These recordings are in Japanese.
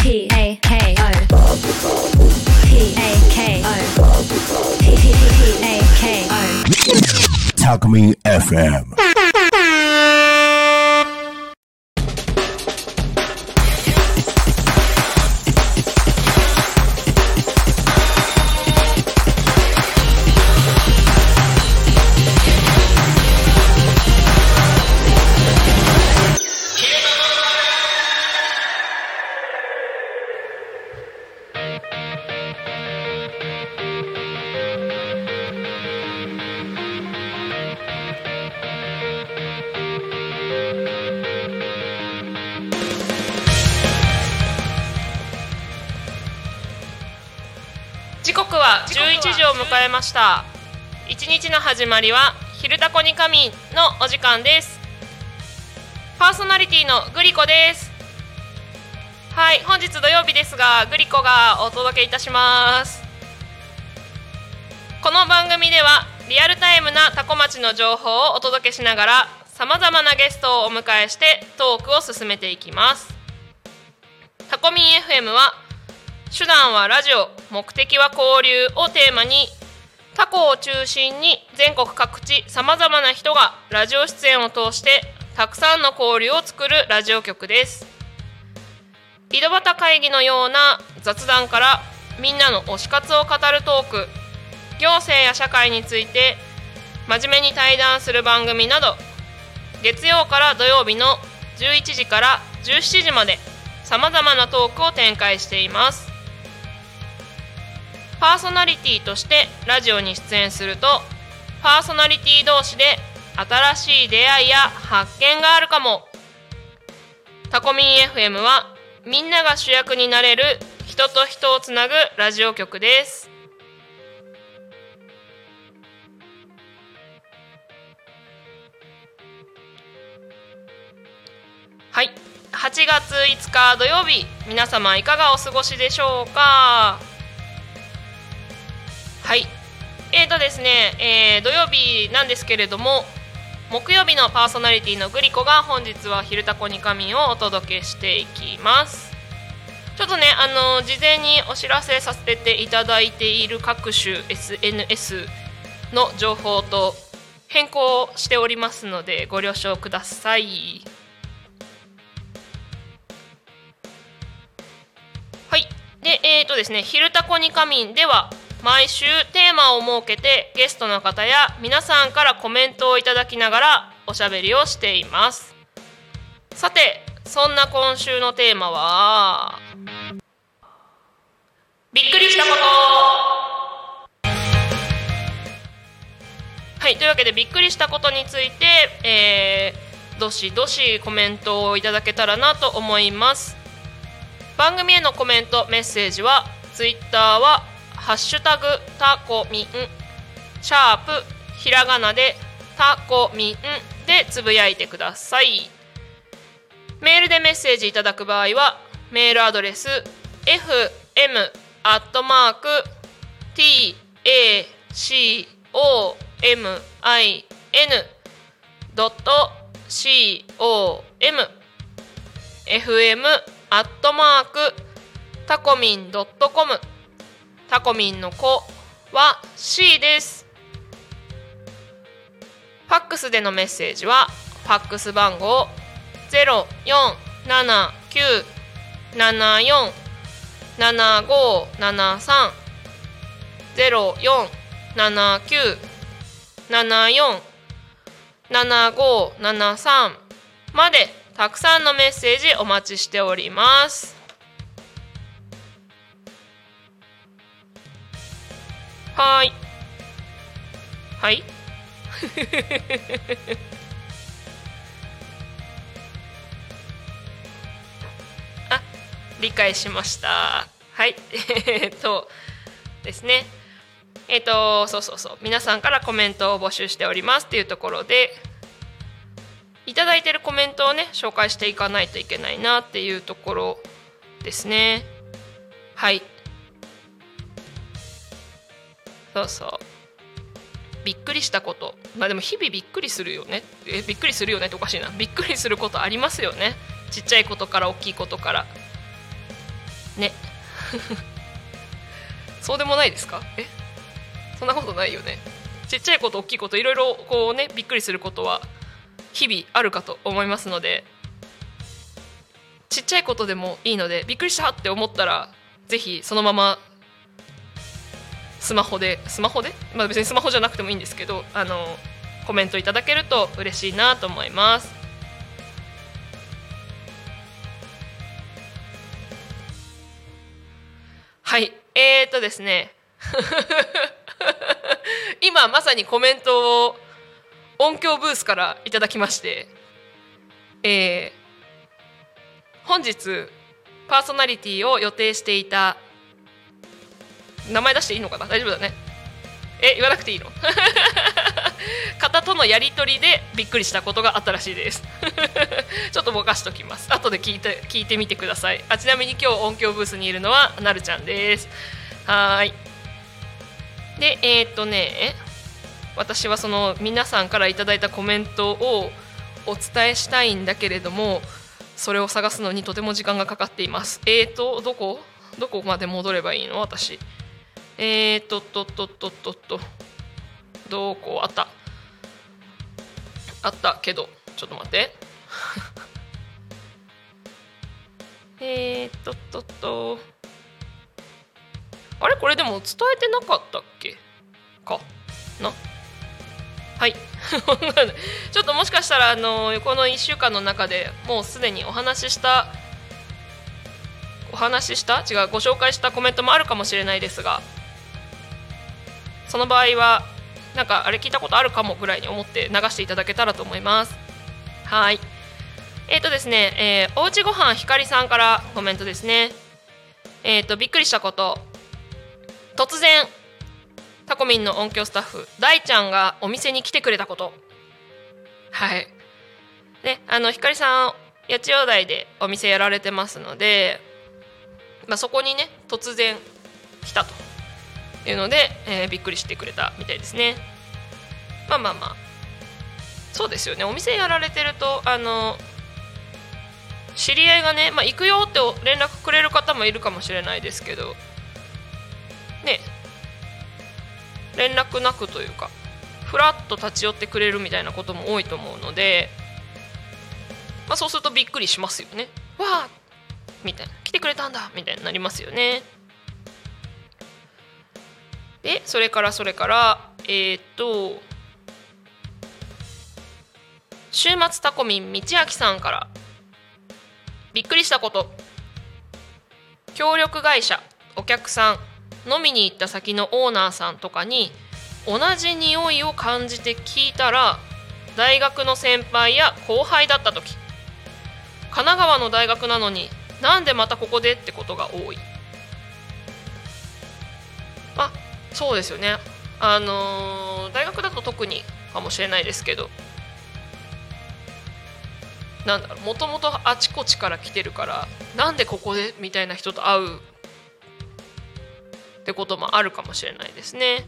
タコミン FM。 時刻は11時を迎えました。一日の始まりは昼タコに仮眠のお時間です。パーソナリティのグリコです。はい、本日土曜日ですがグリコがお届けいたします。この番組ではリアルタイムなタコ町の情報をお届けしながらさまざまなゲストをお迎えしてトークを進めていきます。タコミン FM は手段はラジオ、目的は交流をテーマにタコを中心に全国各地さまざまな人がラジオ出演を通してたくさんの交流を作るラジオ局です。井戸端会議のような雑談からみんなの推し活を語るトーク、行政や社会について真面目に対談する番組など月曜から土曜日の11時から17時までさまざまなトークを展開しています。パーソナリティとしてラジオに出演するとパーソナリティ同士で新しい出会いや発見があるかも。タコミン FM はみんなが主役になれる人と人をつなぐラジオ局です。はい、8月5日土曜日、皆様いかがお過ごしでしょうか。はい、ですね、土曜日なんですけれども、木曜日のパーソナリティのグリコが本日は昼タコに仮眠をお届けしていきます。ちょっとね、事前にお知らせさせていただいている各種 SNS の情報と変更しておりますのでご了承ください。はい、で、ですね、昼タコに仮眠では毎週テーマを設けてゲストの方や皆さんからコメントをいただきながらおしゃべりをしています。さて、そんな今週のテーマはびっくりしたこと。はい、というわけでびっくりしたことについて、どしどしコメントをいただけたらなと思います。番組へのコメントメッセージはツイッターはハッシュタグタコミンシャープひらがなでタコミンでつぶやいてください。メールでメッセージいただく場合はメールアドレス fm@tacomin.com fm@tacomin.com タコミンの子は C です。ファックスでのメッセージはファックス番号 0479747573 0479747573までたくさんのメッセージお待ちしております。はいはいあ、理解しました。はいですね、そう皆さんからコメントを募集しておりますっていうところで、いただいているコメントをね紹介していかないといけないなっていうところですね。はい、そうびっくりしたこと、でも日々びっくりするよね、びっくりするよねっておかしいな、びっくりすることありますよね。ちっちゃいことから大きいことから。 ねそうでもないですか？そんなことないよね。ちっちゃいこと大きいこといろいろこうねびっくりすることは日々あるかと思いますので、ちっちゃいことでもいいのでびっくりしたって思ったらぜひそのままスマホで、まあ、別にスマホじゃなくてもいいんですけどコメントいただけると嬉しいなと思います。はいですね今まさにコメントを音響ブースからいただきまして、本日パーソナリティを予定していた、名前出していいのかな、大丈夫だね、言わなくていいの方とのやり取りでびっくりしたことがあったらしいですちょっとぼかしときます。後で聞いてみてください。ちなみに今日音響ブースにいるのはなるちゃんです。はい。で私はその皆さんからいただいたコメントをお伝えしたいんだけれども、それを探すのにとても時間がかかっています。どこまで戻ればいいの私。どこあったけどちょっと待ってあれこれでも伝えてなかったっけかな。はいちょっともしかしたらこの1週間の中でもうすでにご紹介したコメントもあるかもしれないですが、その場合はなんかあれ聞いたことあるかもぐらいに思って流していただけたらと思います。はい。ですね、おうちごはんひかりさんからコメントですね。びっくりしたこと、突然タコミンの音響スタッフ大ちゃんがお店に来てくれたこと。はいね、ひかりさん八千代台でお店やられてますので、そこにね突然来たというので、びっくりしてくれたみたいですね。まあそうですよね。お店やられてると知り合いがね、行くよって連絡くれる方もいるかもしれないですけどね、連絡なくというかふらっと立ち寄ってくれるみたいなことも多いと思うので、そうするとびっくりしますよね。わーみたいな、来てくれたんだみたいになりますよね。でそれから週末タコミン道明さんからびっくりしたこと、協力会社、お客さん、飲みに行った先のオーナーさんとかに同じ匂いを感じて聞いたら大学の先輩や後輩だった時、神奈川の大学なのになんでまたここでってことが多い。そうですよね。大学だと特にかもしれないですけど、もともとあちこちから来てるからなんでここでみたいな人と会うってこともあるかもしれないですね。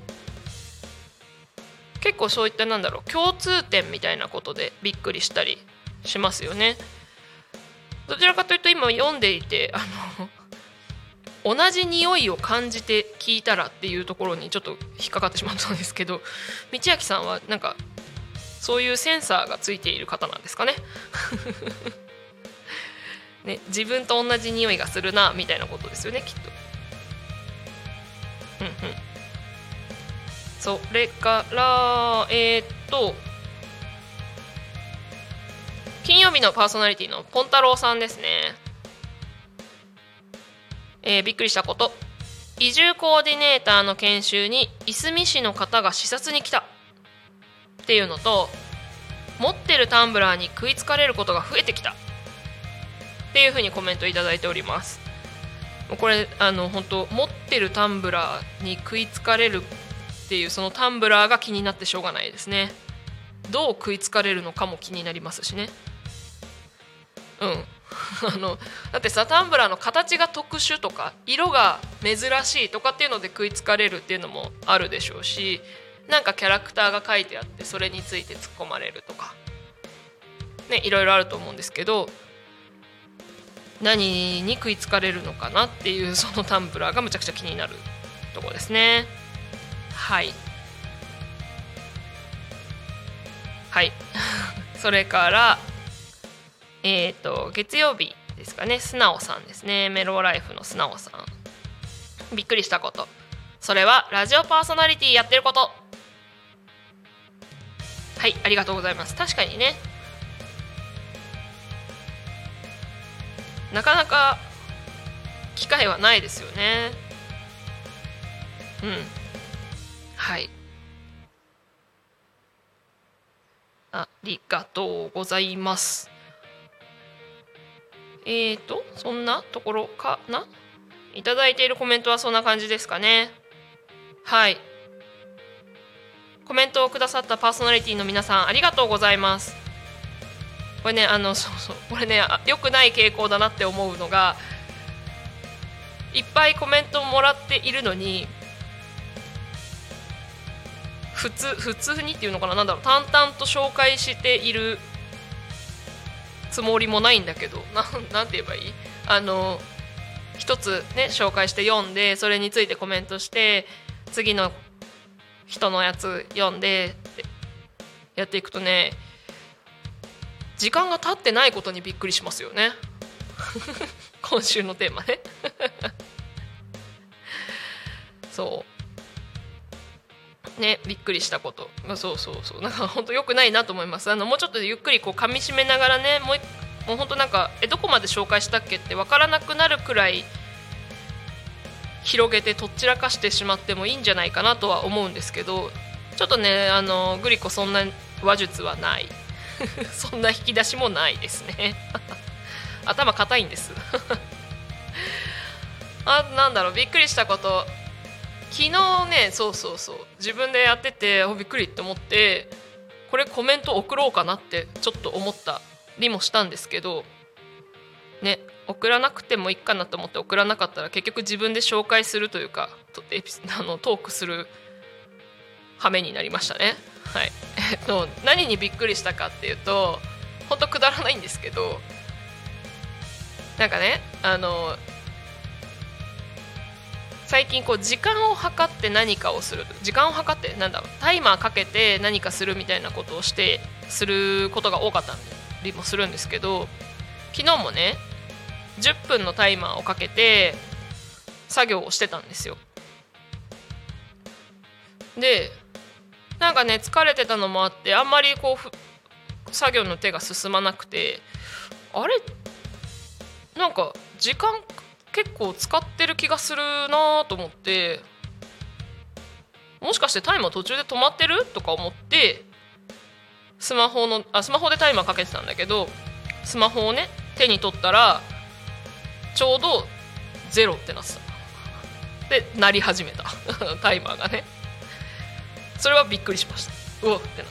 結構そういった共通点みたいなことでびっくりしたりしますよね。どちらかというと今読んでいて同じ匂いを感じて聞いたらっていうところにちょっと引っかかってしまったんですけど、道明さんはそういうセンサーがついている方なんですかねね、自分と同じ匂いがするなみたいなことですよね、きっと。それから金曜日のパーソナリティのポン太郎さんですね。びっくりしたこと、移住コーディネーターの研修にいすみ市の方が視察に来たっていうのと、持ってるタンブラーに食いつかれることが増えてきたっていうふうにコメントいただいております。これ本当持ってるタンブラーに食いつかれるっていう、そのタンブラーが気になってしょうがないですね。どう食いつかれるのかも気になりますしね。だってさ、タンブラーの形が特殊とか色が珍しいとかっていうので食いつかれるっていうのもあるでしょうし、キャラクターが書いてあってそれについて突っ込まれるとかね、いろいろあると思うんですけど、 何に食いつかれるのかなっていう、そのタンブラーがむちゃくちゃ気になるところですね。はいはいそれから月曜日ですかね、素直さんですね。メローライフの素直さん、びっくりしたこと、それはラジオパーソナリティやってること。はい、ありがとうございます。確かにね、なかなか機会はないですよね。はい、ありがとうございます。そんなところかな。いただいているコメントはそんな感じですかね。はい、コメントをくださったパーソナリティの皆さんありがとうございます。これね、これね、良くない傾向だなって思うのが、いっぱいコメントもらっているのに普通にっていうのかな、淡々と紹介しているつもりもないんだけど、なんて言えばいい、一つね紹介して読んで、それについてコメントして、次の人のやつ読んでってやっていくとね、時間が経ってないことにびっくりしますよね今週のテーマねそうね、びっくりしたこと、そうなんか本当良くないなと思います。もうちょっとゆっくりこう噛み締めながらね、もう本当なんかどこまで紹介したっけって分からなくなるくらい広げてとっちらかしてしまってもいいんじゃないかなとは思うんですけど、ちょっとねグリコそんな話術はないそんな引き出しもないですね頭固いんですなんだろう、びっくりしたこと、昨日ね、そう自分でやっててびっくりって思って、これコメント送ろうかなってちょっと思ったりもしたんですけどね、送らなくてもいいかなと思って送らなかったら、結局自分で紹介するというかトークする羽目になりましたね。はい、何にびっくりしたかっていうと、本当くだらないんですけど、なんかね、最近こう時間を計って何かをする、時間を計ってタイマーかけて何かするみたいなことをすることが多かったりもするんですけど、昨日もね10分のタイマーをかけて作業をしてたんですよ。でなんかね、疲れてたのもあって、あんまりこう作業の手が進まなくて、あれなんか時間結構使ってる気がするなと思って、もしかしてタイマー途中で止まってるとか思って、スマホでタイマーかけてたんだけど、スマホをね手に取ったらちょうど0ってなってた。で鳴り始めたタイマーがね、それはびっくりしました。うわってなった。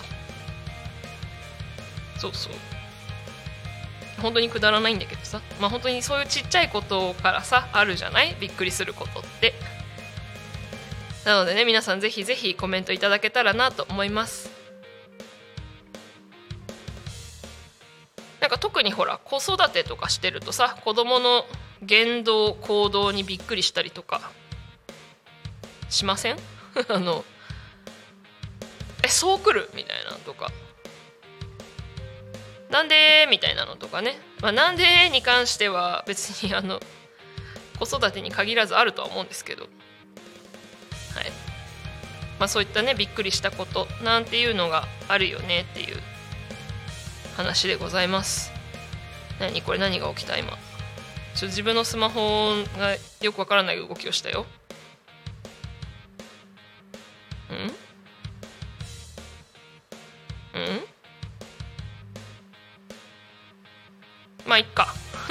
そう本当にくだらないんだけどさ、本当にそういうちっちゃいことからさあるじゃない、びっくりすることって。なのでね、皆さんぜひぜひコメントいただけたらなと思います。なんか特にほら子育てとかしてるとさ、子供の言動行動にびっくりしたりとかしませんそう来るみたいなのとか、なんでみたいなのとかね、なんでに関しては別に子育てに限らずあるとは思うんですけど、はい、そういったねびっくりしたことなんていうのがあるよねっていう話でございます。これ何が起きた今。自分のスマホがよくわからない動きをしたよ。まあいっか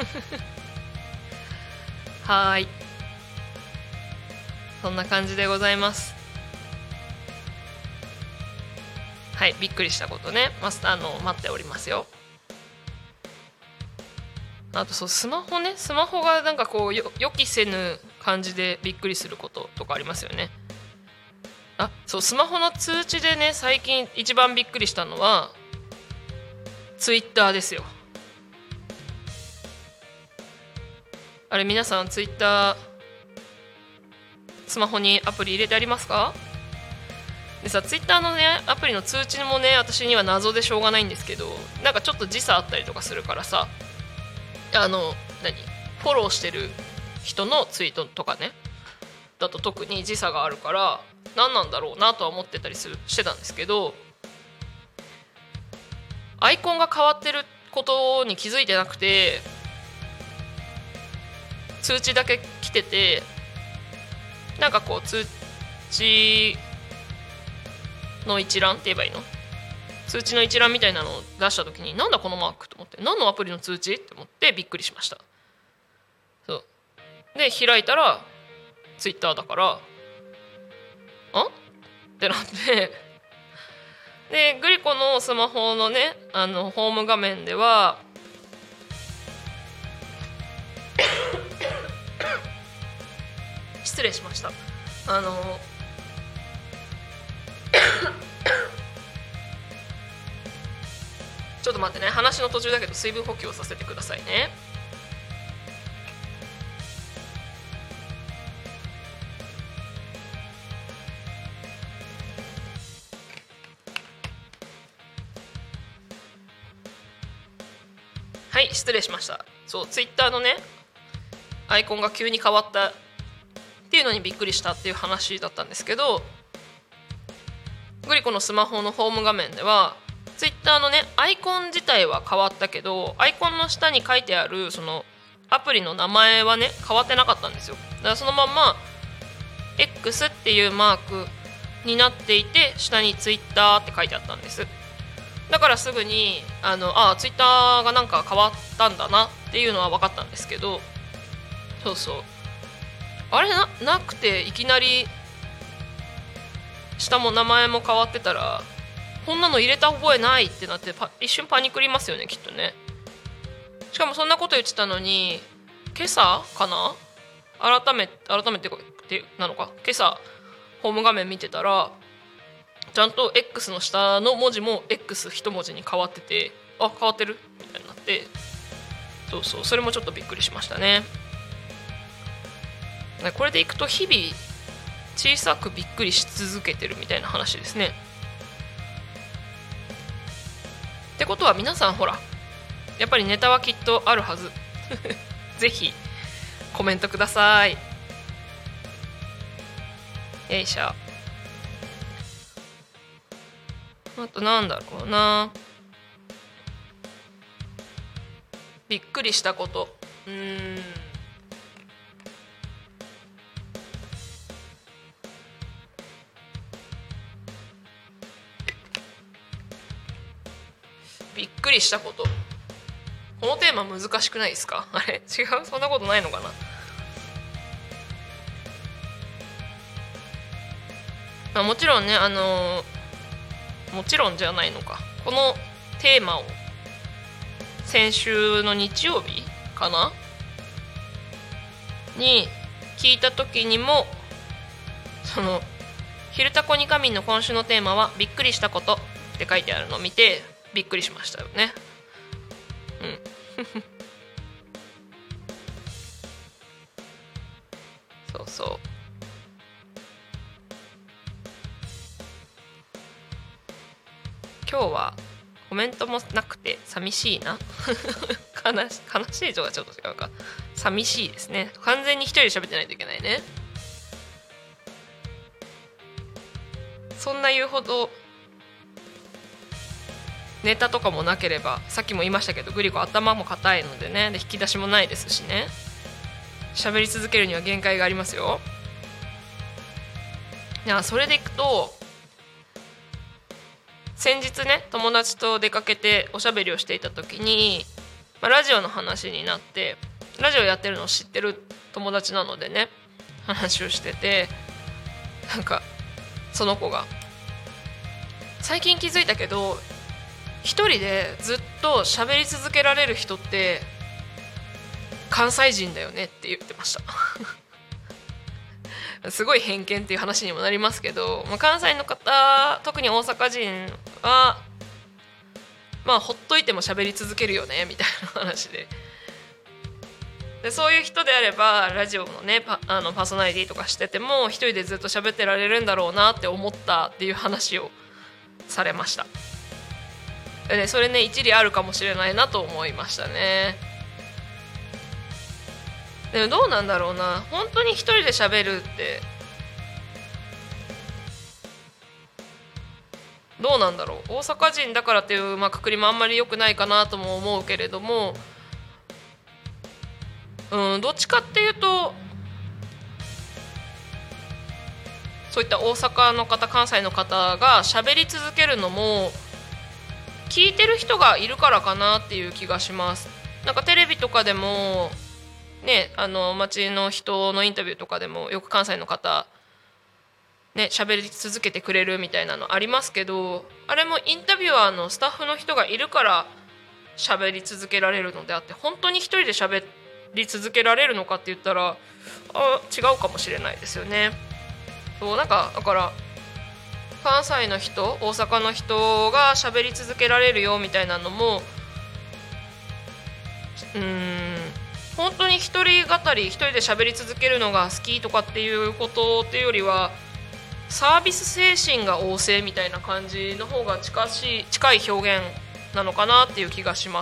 はい、そんな感じでございます。はい、びっくりしたことね、待っておりますよ。あとスマホがなんかこう予期せぬ感じでびっくりすることとかありますよね。スマホの通知でね、最近一番びっくりしたのはツイッターですよ。 あれ皆さんツイッタースマホにアプリ入れてありますか？でさ、ツイッターのねアプリの通知もね私には謎でしょうがないんですけど、なんかちょっと時差あったりとかするからさ、フォローしてる人のツイートとかねだと特に時差があるから何なんだろうなとは思ってたりしてたんですけど、アイコンが変わってることに気づいてなくて、通知だけ来てて、なんかこう通知の一覧って言えばいいの、通知の一覧みたいなのを出した時になんだこのマークと思って、何のアプリの通知って思ってびっくりしました。そうで開いたらツイッターだからってなって、でグリコのスマホのねホーム画面では失礼しました。ちょっと待ってね、話の途中だけど水分補給をさせてくださいね。はい、失礼しました。そう、ツイッターのねアイコンが急に変わったっていうのにびっくりしたっていう話だったんですけど、グリコのスマホのホーム画面ではツイッターのねアイコン自体は変わったけど、アイコンの下に書いてあるそのアプリの名前はね変わってなかったんですよ。だからそのまま X っていうマークになっていて、下にツイッターって書いてあったんです。だからすぐにツイッターがなんか変わったんだなっていうのは分かったんですけど、そうそう、あれ なくていきなり下も名前も変わってたらこんなの入れた覚えないってなって一瞬パニクりますよねきっとね。しかもそんなこと言ってたのに今朝かな、改めてなのか、今朝ホーム画面見てたらちゃんと X の下の文字も X 一文字に変わってて、変わってるみたいになって、そうそう、それもちょっとびっくりしましたね。これでいくと日々小さくびっくりし続けてるみたいな話ですね。ってことは皆さんほらやっぱりネタはきっとあるはずぜひコメントください。よいしょ。あとなんだろうな、びっくりしたこと、びっくりしたこと、このテーマ難しくないですか？あれ違う、そんなことないのかな。もちろんねもちろんじゃないのか、このテーマを先週の日曜日かなに聞いた時にも、そのひるたこにかみんの今週のテーマはびっくりしたことって書いてあるのを見てびっくりしましたよね。そうそう、今日はコメントもなくて寂しいな悲しいとはちょっと違うか、寂しいですね。完全に一人で喋ってないといけないね。そんな言うほどネタとかもなければ、さっきも言いましたけどグリコ頭も硬いのでね、で引き出しもないですしね、喋り続けるには限界がありますよ。いや、それでいくと先日ね友達と出かけておしゃべりをしていた時に、ラジオの話になって、ラジオやってるのを知ってる友達なのでね話をしてて、なんかその子が最近気づいたけど一人でずっと喋り続けられる人って関西人だよねって言ってましたすごい偏見っていう話にもなりますけど、関西の方、特に大阪人はほっといても喋り続けるよねみたいな話で、 でそういう人であればラジオのねパーソナリティとかしてても一人でずっと喋ってられるんだろうなって思ったっていう話をされました。でそれね一理あるかもしれないなと思いましたね。でもどうなんだろうな、本当に一人で喋るってどうなんだろう。大阪人だからっていう、くくりもあんまり良くないかなとも思うけれども、どっちかっていうとそういった大阪の方関西の方が喋り続けるのも聞いてる人がいるからかなっていう気がします。なんかテレビとかでもね、街の人のインタビューとかでもよく関西の方ね喋り続けてくれるみたいなのありますけど、あれもインタビュアーのスタッフの人がいるから喋り続けられるのであって、本当に一人で喋り続けられるのかって言ったら違うかもしれないですよね。そうなんかだから関西の人大阪の人が喋り続けられるよみたいなのも本当に一人語り一人で喋り続けるのが好きとかっていうことっていうよりはサービス精神が旺盛みたいな感じの方が近い表現なのかなっていう気がします。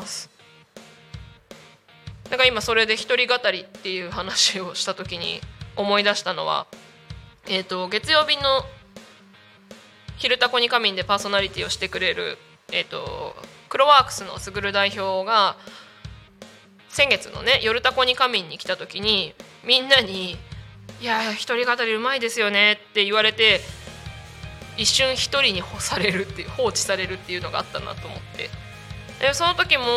だから今それで一人語りっていう話をした時に思い出したのは、月曜日の昼タコに仮眠でパーソナリティをしてくれる、クロワークスのすぐる代表が先月のね夜タコに仮眠に来た時にみんなにいや一人語りうまいですよねって言われて一瞬一人に放置されるっていうのがあったなと思って、でその時も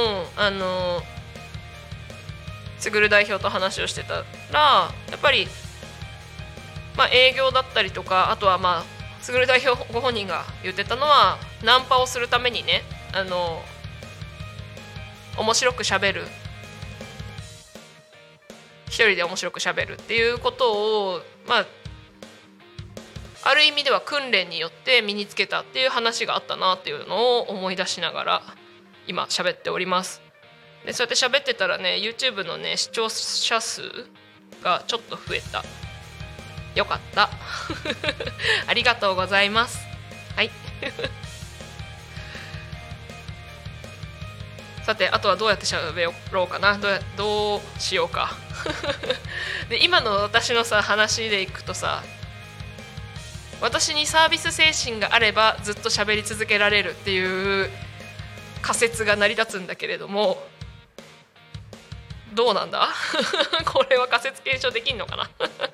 すぐる代表と話をしてたらやっぱり、営業だったりとか、あとはすぐる代表ご本人が言ってたのはナンパをするためにね面白く喋る一人で面白く喋るっていうことをある意味では訓練によって身につけたっていう話があったなっていうのを思い出しながら今喋っております。でそうやって喋ってたらね YouTube のね視聴者数がちょっと増えた。よかったありがとうございます。はいさてあとはどうやって喋ろうかな、どうしようかで今の私の話でいくと私にサービス精神があればずっと喋り続けられるっていう仮説が成り立つんだけれども、どうなんだこれは仮説検証できんのかな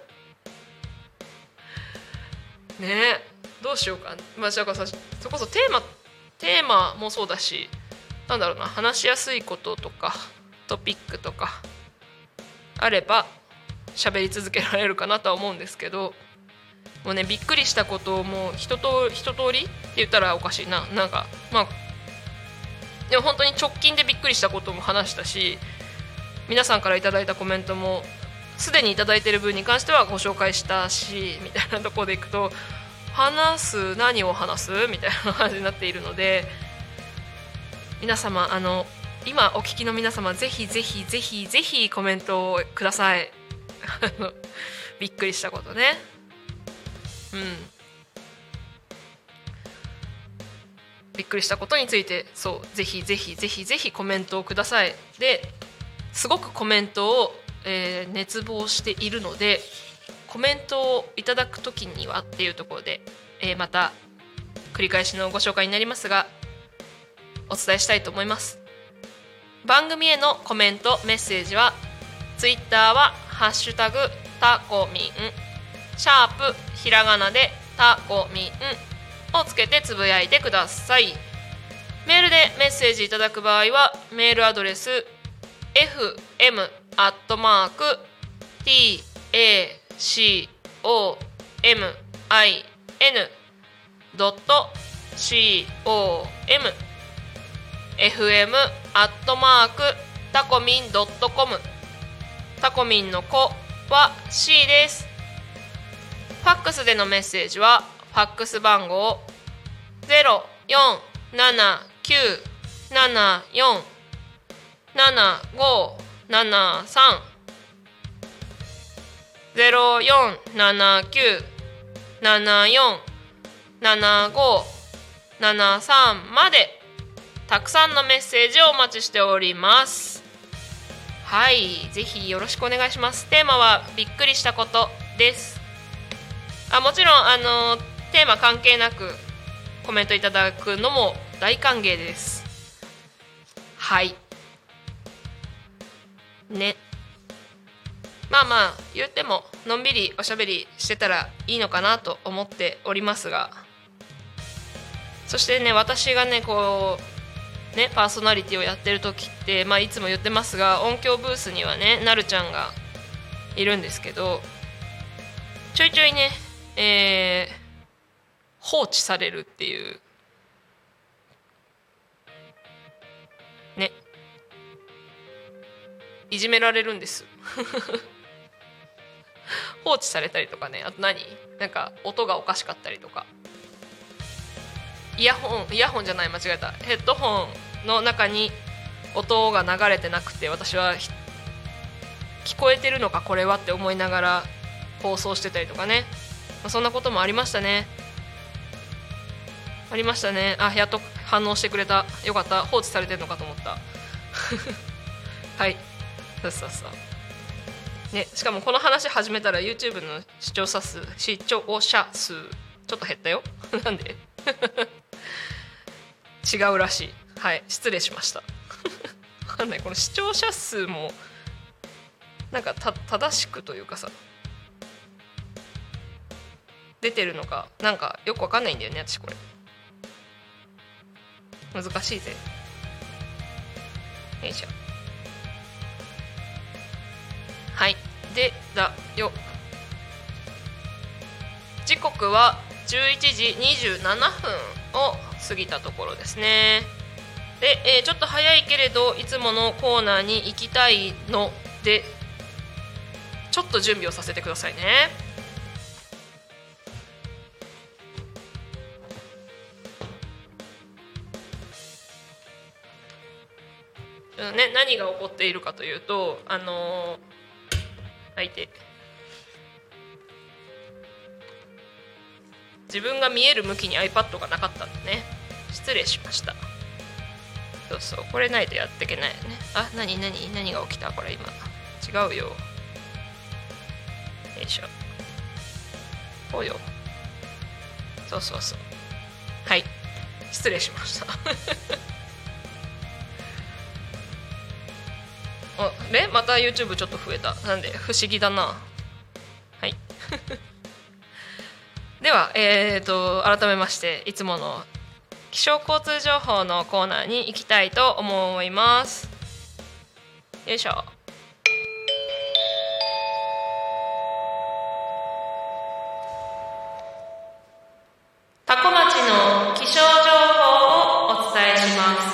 ねえどうしようか。だからそれこそテーマもそうだし、なんだろうな、話しやすいこととかトピックとかあれば喋り続けられるかなとは思うんですけど、もうねびっくりしたことをもう一通りって言ったらおかしいな、なんかでも本当に直近でびっくりしたことも話したし、皆さんからいただいたコメントもすでにいただいている分に関してはご紹介したしみたいなところでいくと何を話すみたいな感じになっているので、皆様今お聞きの皆様ぜひぜひぜひぜひコメントをくださいびっくりしたことね。びっくりしたことについてぜひぜひぜひぜひコメントをください。ですごくコメントを、熱望しているのでコメントをいただくときにはっていうところで、また繰り返しのご紹介になりますがお伝えしたいと思います。番組へのコメントメッセージはツイッターはハッシュタグタコミンシャープひらがなでタコミンをつけてつぶやいてください。メールでメッセージいただく場合はメールアドレス fm@tacomin.com fm@tacomin.com タコミンの子は C です。ファックスでのメッセージはファックス番号 0479747573 0479747573までたくさんのメッセージをお待ちしております。はい、ぜひよろしくお願いします。テーマはびっくりしたことです。もちろんテーマ関係なくコメントいただくのも大歓迎です。はいね、まあ言ってものんびりおしゃべりしてたらいいのかなと思っておりますが、そしてね、私がねこうねパーソナリティをやってる時って、いつも言ってますが、音響ブースにはねなるちゃんがいるんですけど、ちょいちょいね、放置されるっていうね、いじめられるんです放置されたりとかね、あとなんか音がおかしかったりとか、イヤホンじゃない、間違えた、ヘッドホンの中に音が流れてなくて、私は聞こえてるのかこれはって思いながら放送してたりとかね、そんなこともありましたね。やっと反応してくれた、よかった、放置されてるのかと思ったはいそうね、しかもこの話始めたら YouTube の視聴者数ちょっと減ったよなんで違うらしい。はい、失礼しました分かんない、この視聴者数もなんか正しくというかさ、出てるのかなんかよく分かんないんだよね、私これ難しいぜ。よいしょ。はいでだよ、時刻は11時27分を過ぎたところですね。で、ちょっと早いけれどいつものコーナーに行きたいので、ちょっと準備をさせてくださいね。何が起こっているかというと、自分が見える向きに iPad がなかったんだね。失礼しました。そうこれないとやっていけないよね。何が起きた、これ今違うよ。よいしょ、こうよ。そうはい、失礼しましたまた YouTube ちょっと増えた。なんで不思議だな。はいでは、改めましていつもの気象交通情報のコーナーに行きたいと思います。よいしょ。多古町の気象情報をお伝えします。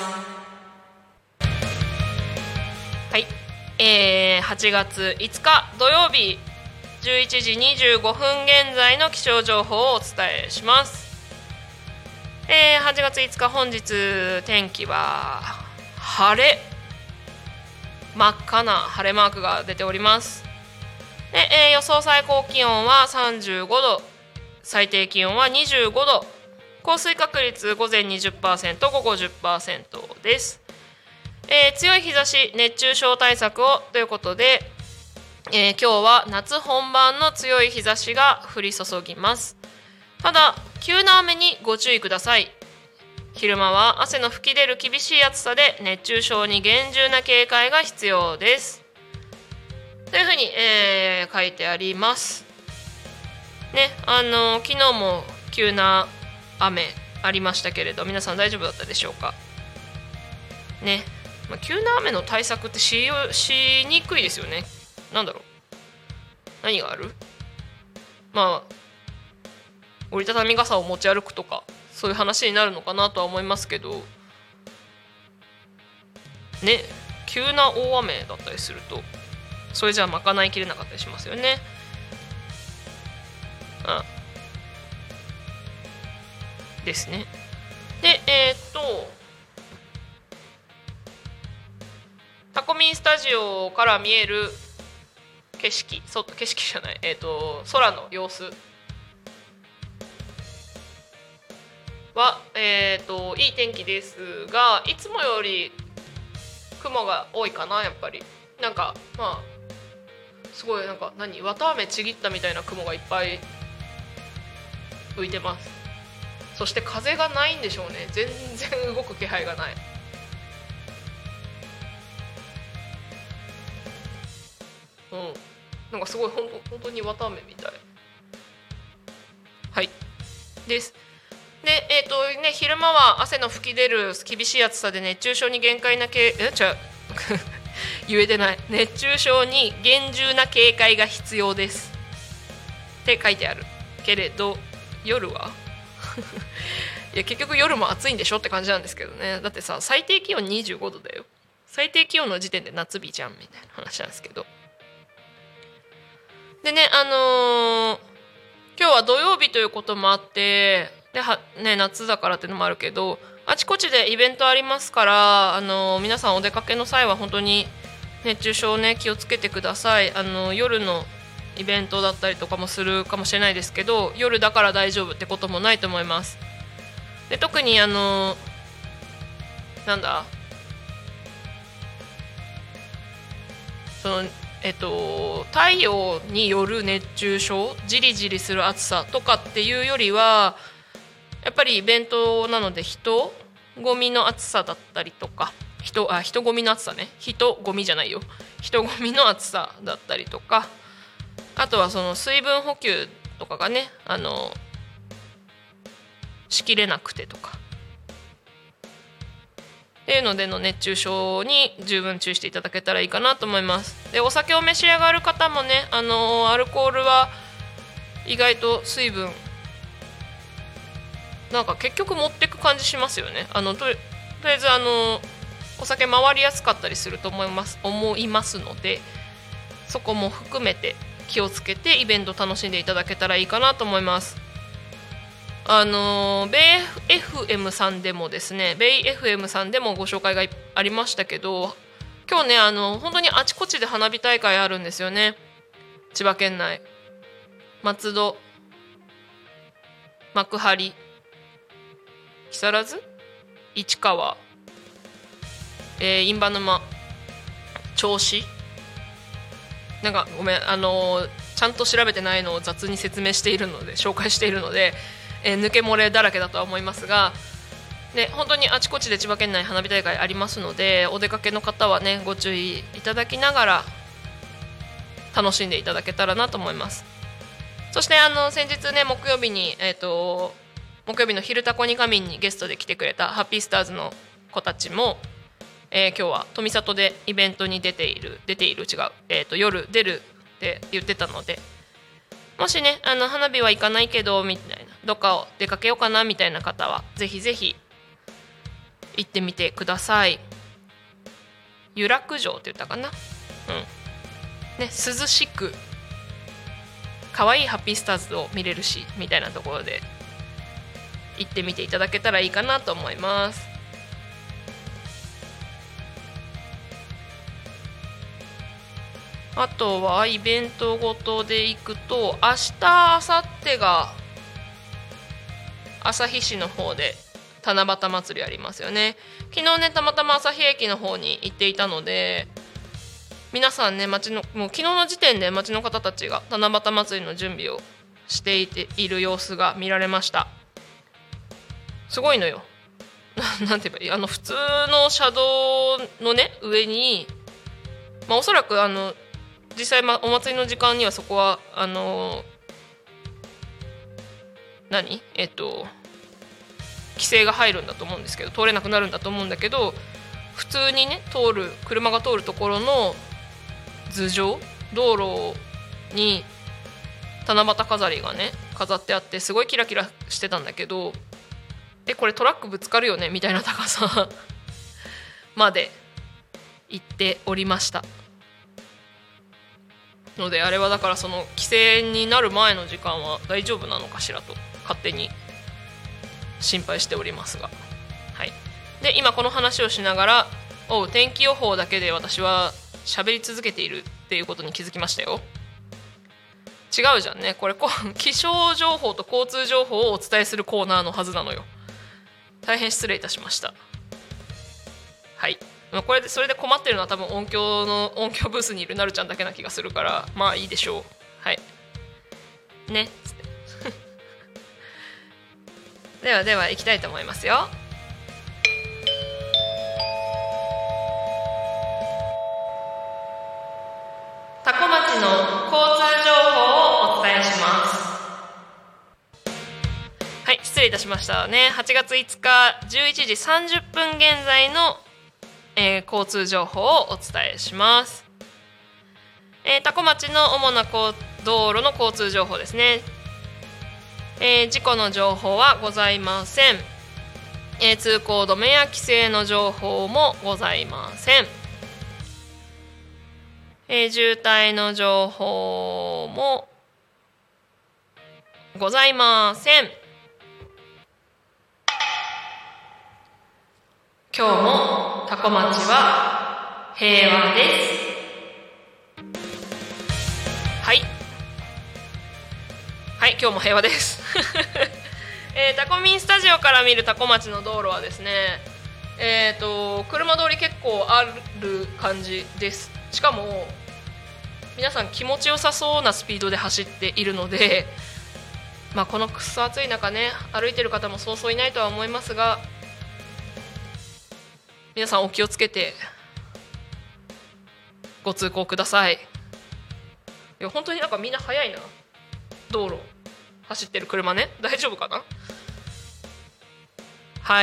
はい、8月5日土曜日11時25分現在の気象情報をお伝えします。8月5日本日天気は晴れ、真っ赤な晴れマークが出ております。で、予想最高気温は35度、最低気温は25度、降水確率午前 20% 午後 10% です。強い日差し、熱中症対策をということで、今日は夏本番の強い日差しが降り注ぎます。ただ急な雨にご注意ください。昼間は汗の吹き出る厳しい暑さで熱中症に厳重な警戒が必要ですというふうに、書いてありますね。昨日も急な雨ありましたけれど、皆さん大丈夫だったでしょうかね。急な雨の対策ってしにくいですよね。なんだろう、何がある？折りたたみ傘を持ち歩くとか、そういう話になるのかなとは思いますけどね。急な大雨だったりするとそれじゃ賄いきれなかったりしますよね。ですね。でタコミンスタジオから見える景色じゃない、空の様子は、いい天気ですが、いつもより雲が多いかな。やっぱりなんかまあすごいなんか綿あめちぎったみたいな雲がいっぱい浮いてます。そして風がないんでしょうね。全然動く気配がない。なんかすごい本当に綿あめみたい。はいですで、昼間は汗の吹き出る厳しい暑さで熱中症に言えてない熱中症に厳重な警戒が必要ですって書いてあるけれど、夜はいや結局夜も暑いんでしょって感じなんですけどね。だってさ、最低気温25度だよ。最低気温の時点で夏日じゃんみたいな話なんですけど。でね、今日は土曜日ということもあってで夏だからっていうのもあるけど、あちこちでイベントありますから、皆さんお出かけの際は本当に熱中症ね気をつけてください。夜のイベントだったりとかもするかもしれないですけど、夜だから大丈夫ってこともないと思います。で特に太陽による熱中症、じりじりする暑さとかっていうよりは、やっぱりイベントなので人混みの暑さだったりとか、人混みの暑さね、人混みじゃないよ、人混みの暑さだったりとか、あとはその水分補給とかがねしきれなくてとかっていうのでの熱中症に十分注意していただけたらいいかなと思います。でお酒を召し上がる方もね、アルコールは意外と水分なんか結局持ってく感じしますよね。とりあえずお酒回りやすかったりすると思いますので、そこも含めて気をつけてイベント楽しんでいただけたらいいかなと思います。ベイ FM さんでもですね、ベイ FM さんでもご紹介がありましたけど、今日ね本当にあちこちで花火大会あるんですよね。千葉県内、松戸、幕張、木更津、市川、印旛沼、銚子、なんかごめんちゃんと調べてないのを雑に説明しているので紹介しているので、抜け漏れだらけだとは思いますが、ね、本当にあちこちで千葉県内花火大会ありますので、お出かけの方はねご注意いただきながら楽しんでいただけたらなと思います。そして先日ね木曜日の昼タコに仮眠にゲストで来てくれたハッピースターズの子たちも、今日は富里でイベントに夜出るって言ってたので、もしね花火は行かないけどみたいな、どっかを出かけようかなみたいな方はぜひぜひ行ってみてください。湯楽城って言ったかな、涼しく可愛いハッピースターズを見れるしみたいなところで行ってみていただけたらいいかなと思います。あとはイベントごとで行くと、明日明後日が旭市の方で七夕祭りありますよね。昨日ねたまたま旭駅の方に行っていたので、皆さんねもう昨日の時点で町の方たちが七夕祭りの準備をしている様子が見られました。すごいのよなんて言えばいい、普通の車道のね上に、おそらく実際お祭りの時間にはそこは規制が入るんだと思うんですけど、通れなくなるんだと思うんだけど、普通にね車が通るところの道路に七夕飾りがね飾ってあって、すごいキラキラしてたんだけど、これトラックぶつかるよねみたいな高さまで行っておりましたので、あれはだからその規制になる前の時間は大丈夫なのかしらと勝手に心配しておりますが、はい。で今この話をしながら天気予報だけで私は喋り続けているっていうことに気づきましたよ。違うじゃんね、これ気象情報と交通情報をお伝えするコーナーのはずなのよ。大変失礼いたしました。はい、それで困ってるのは多分音響ブースにいるなるちゃんだけな気がするから、まあいいでしょう。はいねつってでは行きたいと思いますよ。多古町の交通情報をお伝えします。はい、失礼いたしましたね。8月5日11時30分現在の、交通情報をお伝えします。多古町の主な道路の交通情報ですね。事故の情報はございません。通行止めや規制の情報もございません。渋滞の情報もございません。今日も多古町は平和です。はい、今日も平和ですタコミンスタジオから見る多古町の道路はですね、車通り結構ある感じです。しかも皆さん気持ちよさそうなスピードで走っているので、このくっそ暑い中ね、歩いてる方もそうそういないとは思いますが、皆さんお気をつけてご通行ください。いや本当になんかみんな速いな、道路走ってる車ね。大丈夫かな。はい、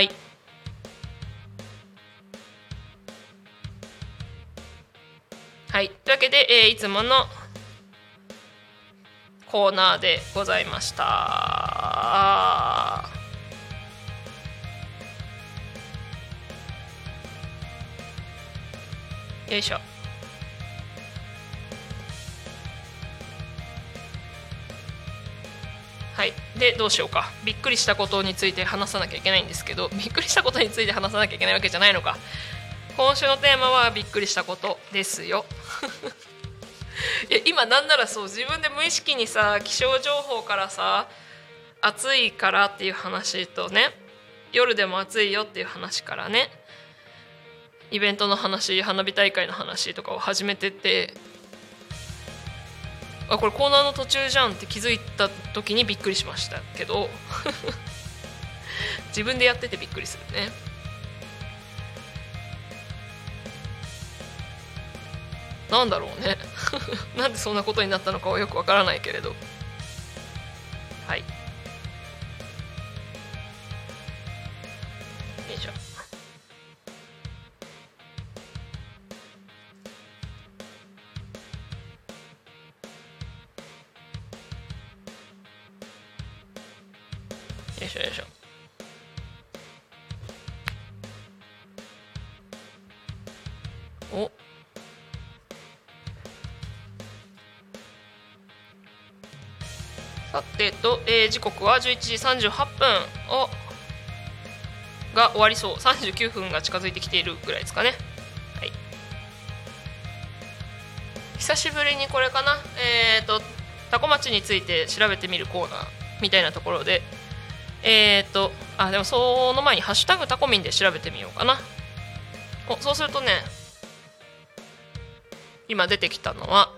というわけで、いつものコーナーでございました。よいしょ。はい、でどうしようか。びっくりしたことについて話さなきゃいけないんですけど、びっくりしたことについて話さなきゃいけないわけじゃないのか。今週のテーマはびっくりしたことですよいや今なんならそう、自分で無意識にさ、気象情報からさ、暑いからっていう話とね、夜でも暑いよっていう話からね、イベントの話、花火大会の話とかを始めてて、これコーナーの途中じゃんって気づいた時にびっくりしましたけど自分でやっててびっくりするね。なんだろうねなんでそんなことになったのかはよくわからないけれど、はい、よいしょ。よいしょよいしょ。お、さて時刻は11時38分が終わりそう。39分が近づいてきているぐらいですかね。はい、久しぶりにこれかな、多古町について調べてみるコーナーみたいなところで、でもその前にハッシュタグタコミンで調べてみようかな。そうするとね、今出てきたのは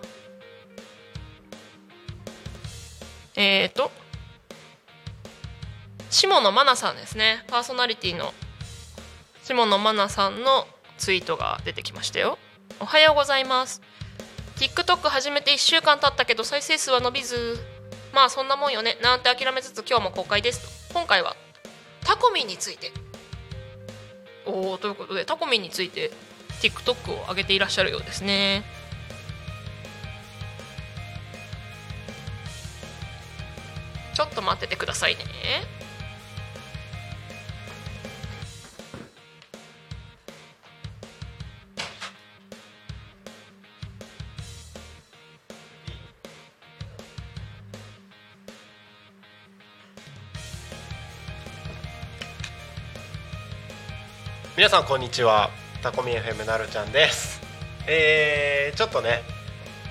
下野真奈さんですね。パーソナリティの下野真奈さんのツイートが出てきましたよ。おはようございます。 TikTok 始めて1週間経ったけど再生数は伸びず、まあそんなもんよねなんて諦めつつ今日も公開ですと。今回はタコミンについてということで、タコミンについて TikTok を上げていらっしゃるようですね。ちょっと待っててくださいね。 皆さんこんにちは、タコミン FM なるちゃんです。ちょっとね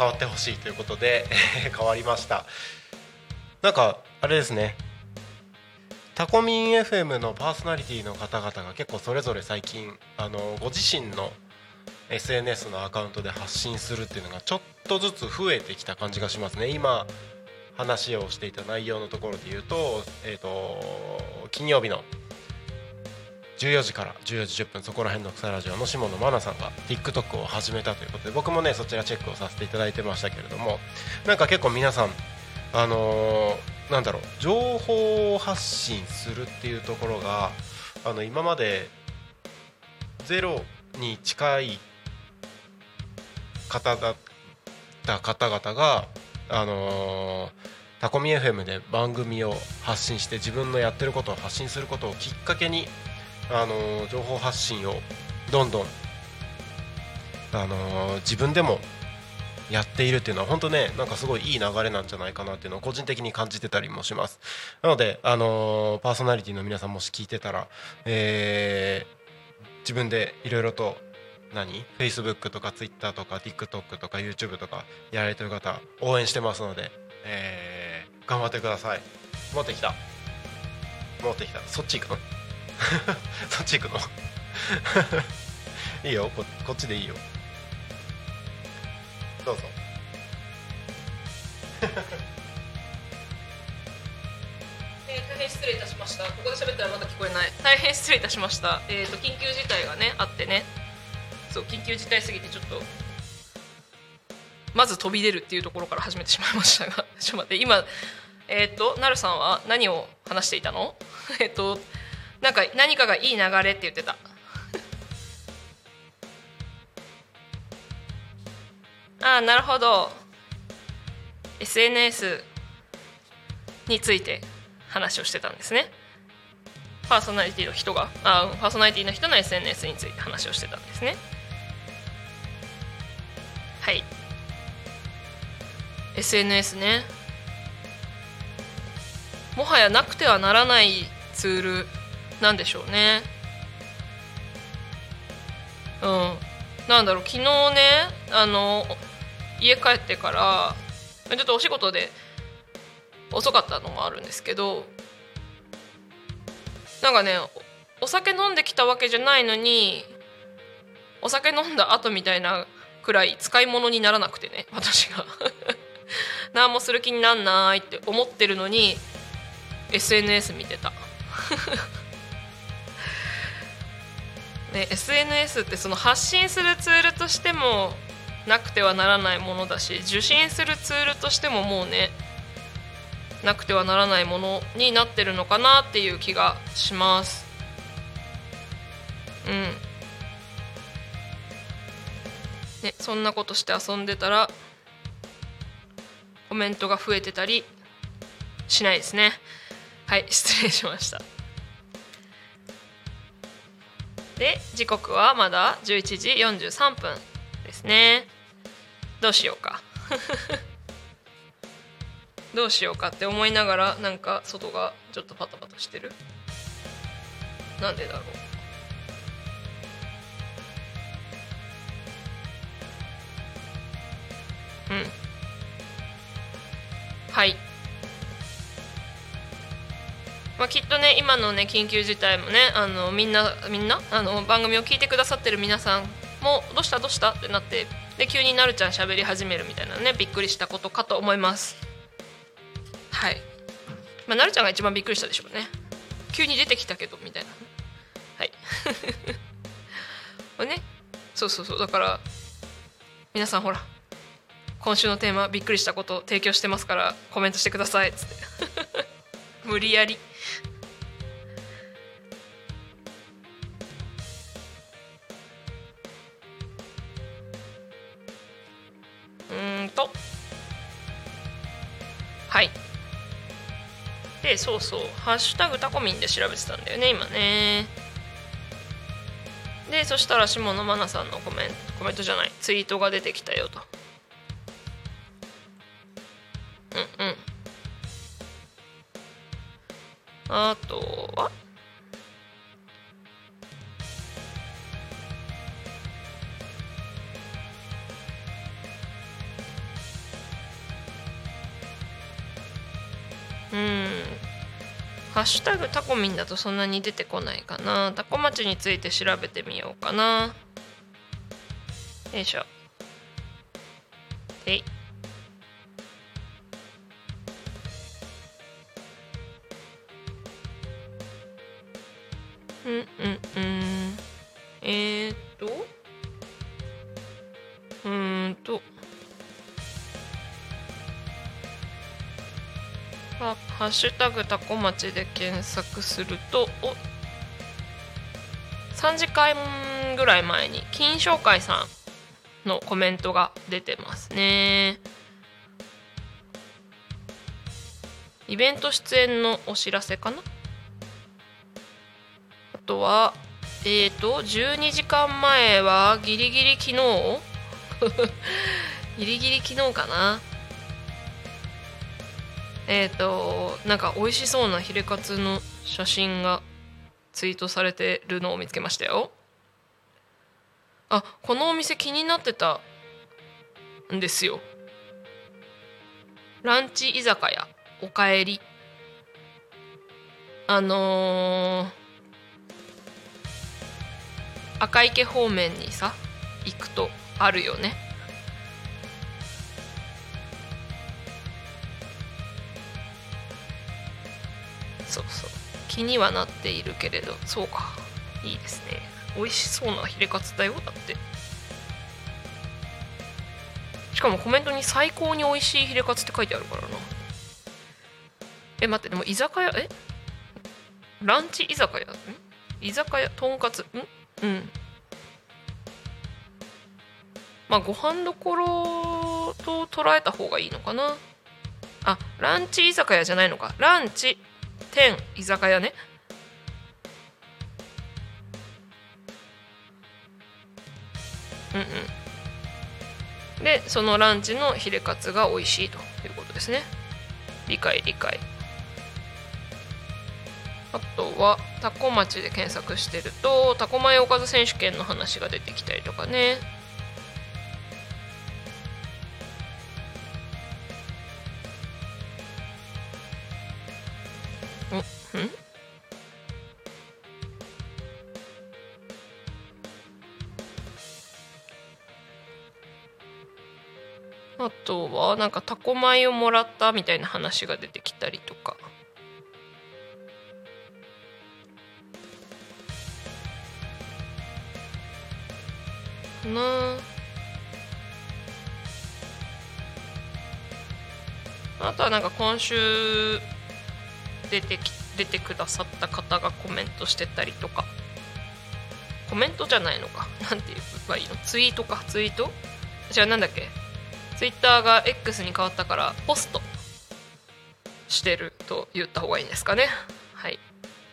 変わってほしいということで変わりました。なんかあれですね、タコミン FM のパーソナリティの方々が結構それぞれ最近ご自身の SNS のアカウントで発信するっていうのがちょっとずつ増えてきた感じがしますね。今話をしていた内容のところで言うと、金曜日の14時から14時10分、そこら辺の草ラジオの下野真奈さんが TikTok を始めたということで、僕もねそちらチェックをさせていただいてましたけれども、なんか結構皆さんなんだろう、情報発信するっていうところが今までゼロに近い方だった方々がタコミ FM で番組を発信して自分のやってることを発信することをきっかけに情報発信をどんどん自分でもやっているっていうのは本当ね、なんかすごいいい流れなんじゃないかなっていうのを個人的に感じてたりもします。なのでパーソナリティの皆さんもし聞いてたら、自分でいろいろとFacebook とか Twitter とか TikTok とか YouTube とかやられてる方応援してますので、頑張ってください。持ってきたそっち行くのそっち行くのいいよ、こっちでいいよ、どうぞ大変失礼いたしました。ここで喋ったらまだ聞こえない。大変失礼いたしました。緊急事態がねあってね、そう緊急事態すぎてちょっとまず飛び出るっていうところから始めてしまいましたがちょっと待って、今なるさんは何を話していたのなんか何かがいい流れって言ってたああ、なるほど。 SNS について話をしてたんですね。パーソナリティの人がパーソナリティの人の SNS について話をしてたんですね。はい、 SNS ね、もはやなくてはならないツールなんでしょうね。なんだろう、昨日ね家帰ってからちょっとお仕事で遅かったのもあるんですけど、なんかねお酒飲んできたわけじゃないのにお酒飲んだ後みたいなくらい使い物にならなくてね、私が何もする気になんないって思ってるのに SNS 見てたね、SNS ってその発信するツールとしてもなくてはならないものだし、受信するツールとしてももうねなくてはならないものになってるのかなっていう気がします。ね、そんなことして遊んでたらコメントが増えてたりしないですね。はい、失礼しました。で時刻はまだ11時43分ですね。どうしようかどうしようかって思いながら、なんか外がちょっとパタパタしてる。なんでだろう。はい、きっとね今のね緊急事態もねみんな番組を聞いてくださってる皆さんもどうしたってなって、で急になるちゃん喋り始めるみたいなね、びっくりしたことかと思います。はい、なるちゃんが一番びっくりしたでしょうね。急に出てきたけどみたいな。はいこれね、そうだから皆さんほら今週のテーマびっくりしたことを提供してますからコメントしてくださいっつって無理やりはい。でそうハッシュタグタコミンで調べてたんだよね今ね。でそしたら下野真奈さんのコメントじゃないツイートが出てきたよと。あとはハッシュタグタコミンだとそんなに出てこないかな。タコ町について調べてみようかな。よいしょ。ハッシュタグタコ町で検索すると3時間ぐらい前に金商会さんのコメントが出てますね。イベント出演のお知らせかな。あとは12時間前はギリギリ昨日ギリギリ昨日かな。なんか美味しそうなヒレカツの写真がツイートされてるのを見つけましたよ。このお店気になってたんですよ。ランチ居酒屋おかえり。赤池方面にさ行くとあるよね。そうそう、気にはなっているけれど、そうか、いいですね。美味しそうなヒレカツだよ。だってしかもコメントに最高に美味しいヒレカツって書いてあるからな。待って、でも居酒屋ランチ居酒屋居酒屋とんかつまあご飯どころと捉えた方がいいのかな。ランチ居酒屋じゃないのか。ランチ店居酒屋ね。でそのランチのヒレカツが美味しいということですね。理解。あとはタコ町で検索してるとタコ米おかず選手権の話が出てきたりとかね。あとはなんかタコ米をもらったみたいな話が出てきたりとか。あとはなんか今週出てくださった方がコメントしてたりとか。コメントじゃないのか、なんて言えばいいの。ツイートか。ツイートじゃあなんだっけ、ツイッターが X に変わったからポストしてると言った方がいいんですかね。はい。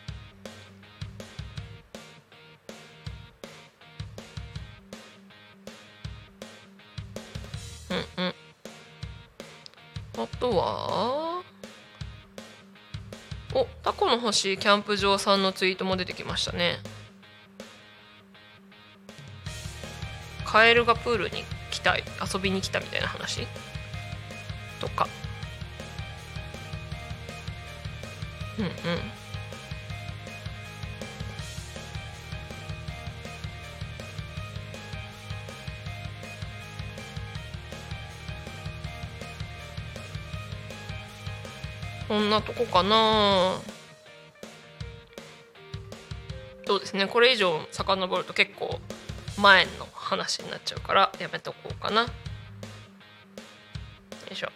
あとはタコの星キャンプ場さんのツイートも出てきましたね。カエルがプールに遊びに来たみたいな話とか。こんなとこかな。そうですね、これ以上遡ると結構前の話になっちゃうからやめとこうかな。よいしょ。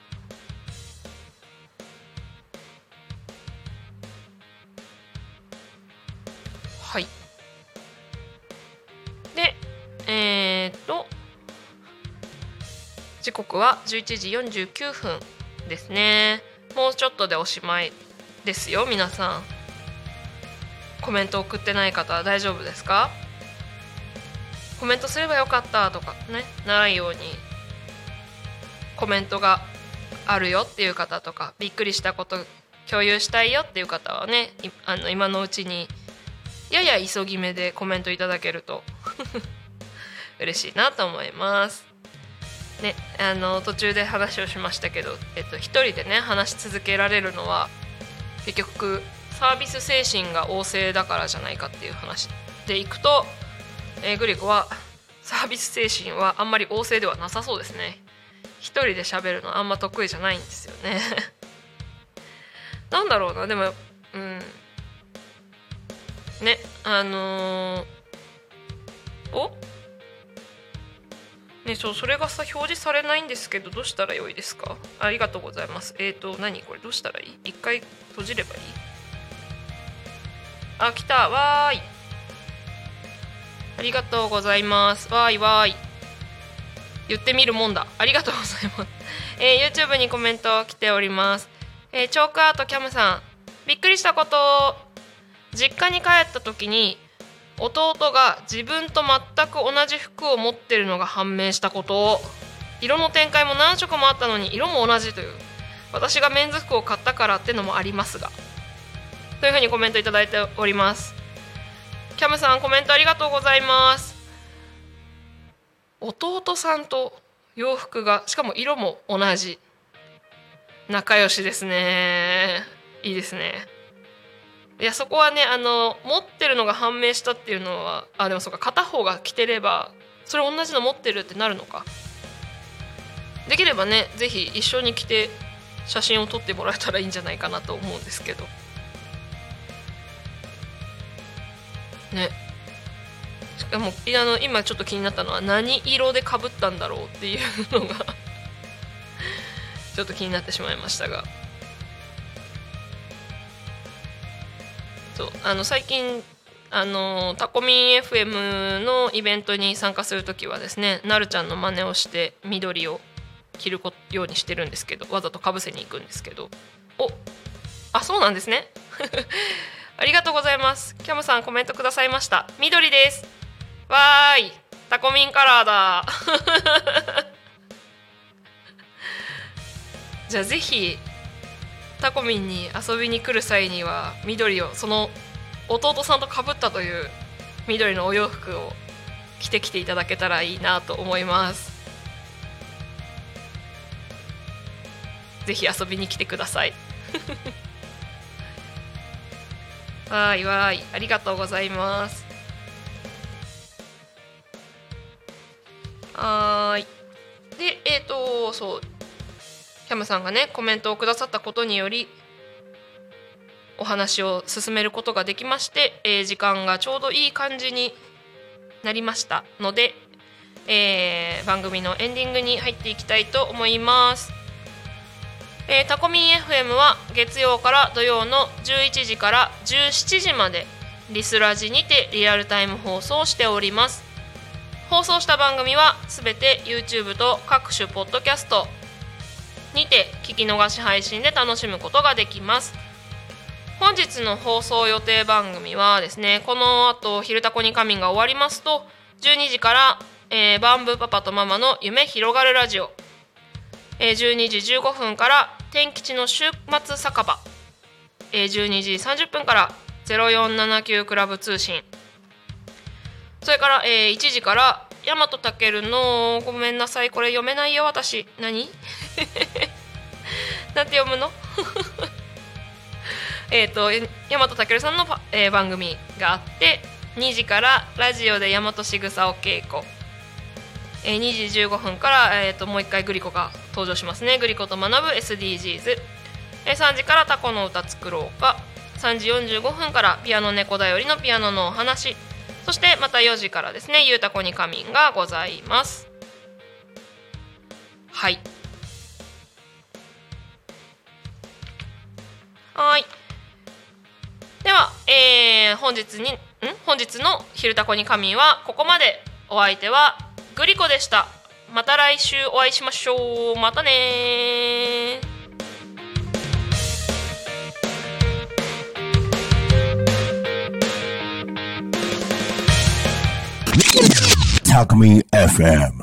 はい。で時刻は11時49分ですね。もうちょっとでおしまいですよ。皆さんコメント送ってない方は大丈夫ですか？コメントすればよかったとかね、ないようにコメントがあるよっていう方とか、びっくりしたこと共有したいよっていう方はね、今のうちにやや急ぎ目でコメントいただけると嬉しいなと思いますね。途中で話をしましたけど、一人でね話し続けられるのは結局サービス精神が旺盛だからじゃないかっていう話でいくと、グリコはサービス精神はあんまり旺盛ではなさそうですね。一人で喋るのあんま得意じゃないんですよねなんだろうな、でもね、ね、それがさ表示されないんですけど、どうしたらよいですか？ありがとうございます。何これ、どうしたらいい？一回閉じればいい？あ、来た。わーい、ありがとうございます。わーいわーい、言ってみるもんだ。ありがとうございますYouTube にコメント来ております。チョークアートキャムさん、びっくりしたこと、実家に帰った時に弟が自分と全く同じ服を持ってるのが判明したこと。色の展開も何色もあったのに色も同じという、私がメンズ服を買ったからってのもありますが、というふうにコメントいただいております。キャムさん、コメントありがとうございます。弟さんと洋服が、しかも色も同じ、仲良しですね。いいですね。いや、そこはね、持ってるのが判明したっていうのは、でもそうか、片方が着てればそれ同じの持ってるってなるのか。できればね、ぜひ一緒に着て写真を撮ってもらえたらいいんじゃないかなと思うんですけどね。しかも今ちょっと気になったのは、何色で被ったんだろうっていうのがちょっと気になってしまいましたが、そう最近タコミン FM のイベントに参加するときはですね、なるちゃんの真似をして緑を着るようにしてるんですけど、わざとかぶせに行くんですけど、そうなんですねありがとうございます。キャムさん、コメントくださいました。緑です。わーい、タコミンカラーだじゃあぜひタコミンに遊びに来る際には、緑を、その弟さんと被ったという緑のお洋服を着てきていただけたらいいなと思います。ぜひ遊びに来てくださいわーいわーい、ありがとうございます。はい。で、そう、キャムさんがねコメントをくださったことによりお話を進めることができまして、時間がちょうどいい感じになりましたので、番組のエンディングに入っていきたいと思います。タコミン FM は月曜から土曜の11時から17時までリスラジにてリアルタイム放送しております。放送した番組はすべて YouTube と各種ポッドキャストにて聞き逃し配信で楽しむことができます。本日の放送予定番組はですね、この後昼タコに仮眠が終わりますと12時から、バンブーパパとママの夢広がるラジオ、12時15分から天吉の週末酒場、12時30分から0479クラブ通信、それから、1時から大和健の、ごめんなさいこれ読めないよ私、何なんて読むの大和健さんの、番組があって、2時からラジオで大和しぐさお稽古、2時15分から、もう一回グリコが登場しますね。グリコと学ぶ SDGs、3時からタコの歌作ろうか、3時45分からピアノ猫だよりのピアノのお話、そしてまた4時からですね、ゆうたこに仮眠がございます。はい、はい。では、本日の昼タコに仮眠はここまで。お相手はグリコでした。また来週お会いしましょう。またね。 タコミン FM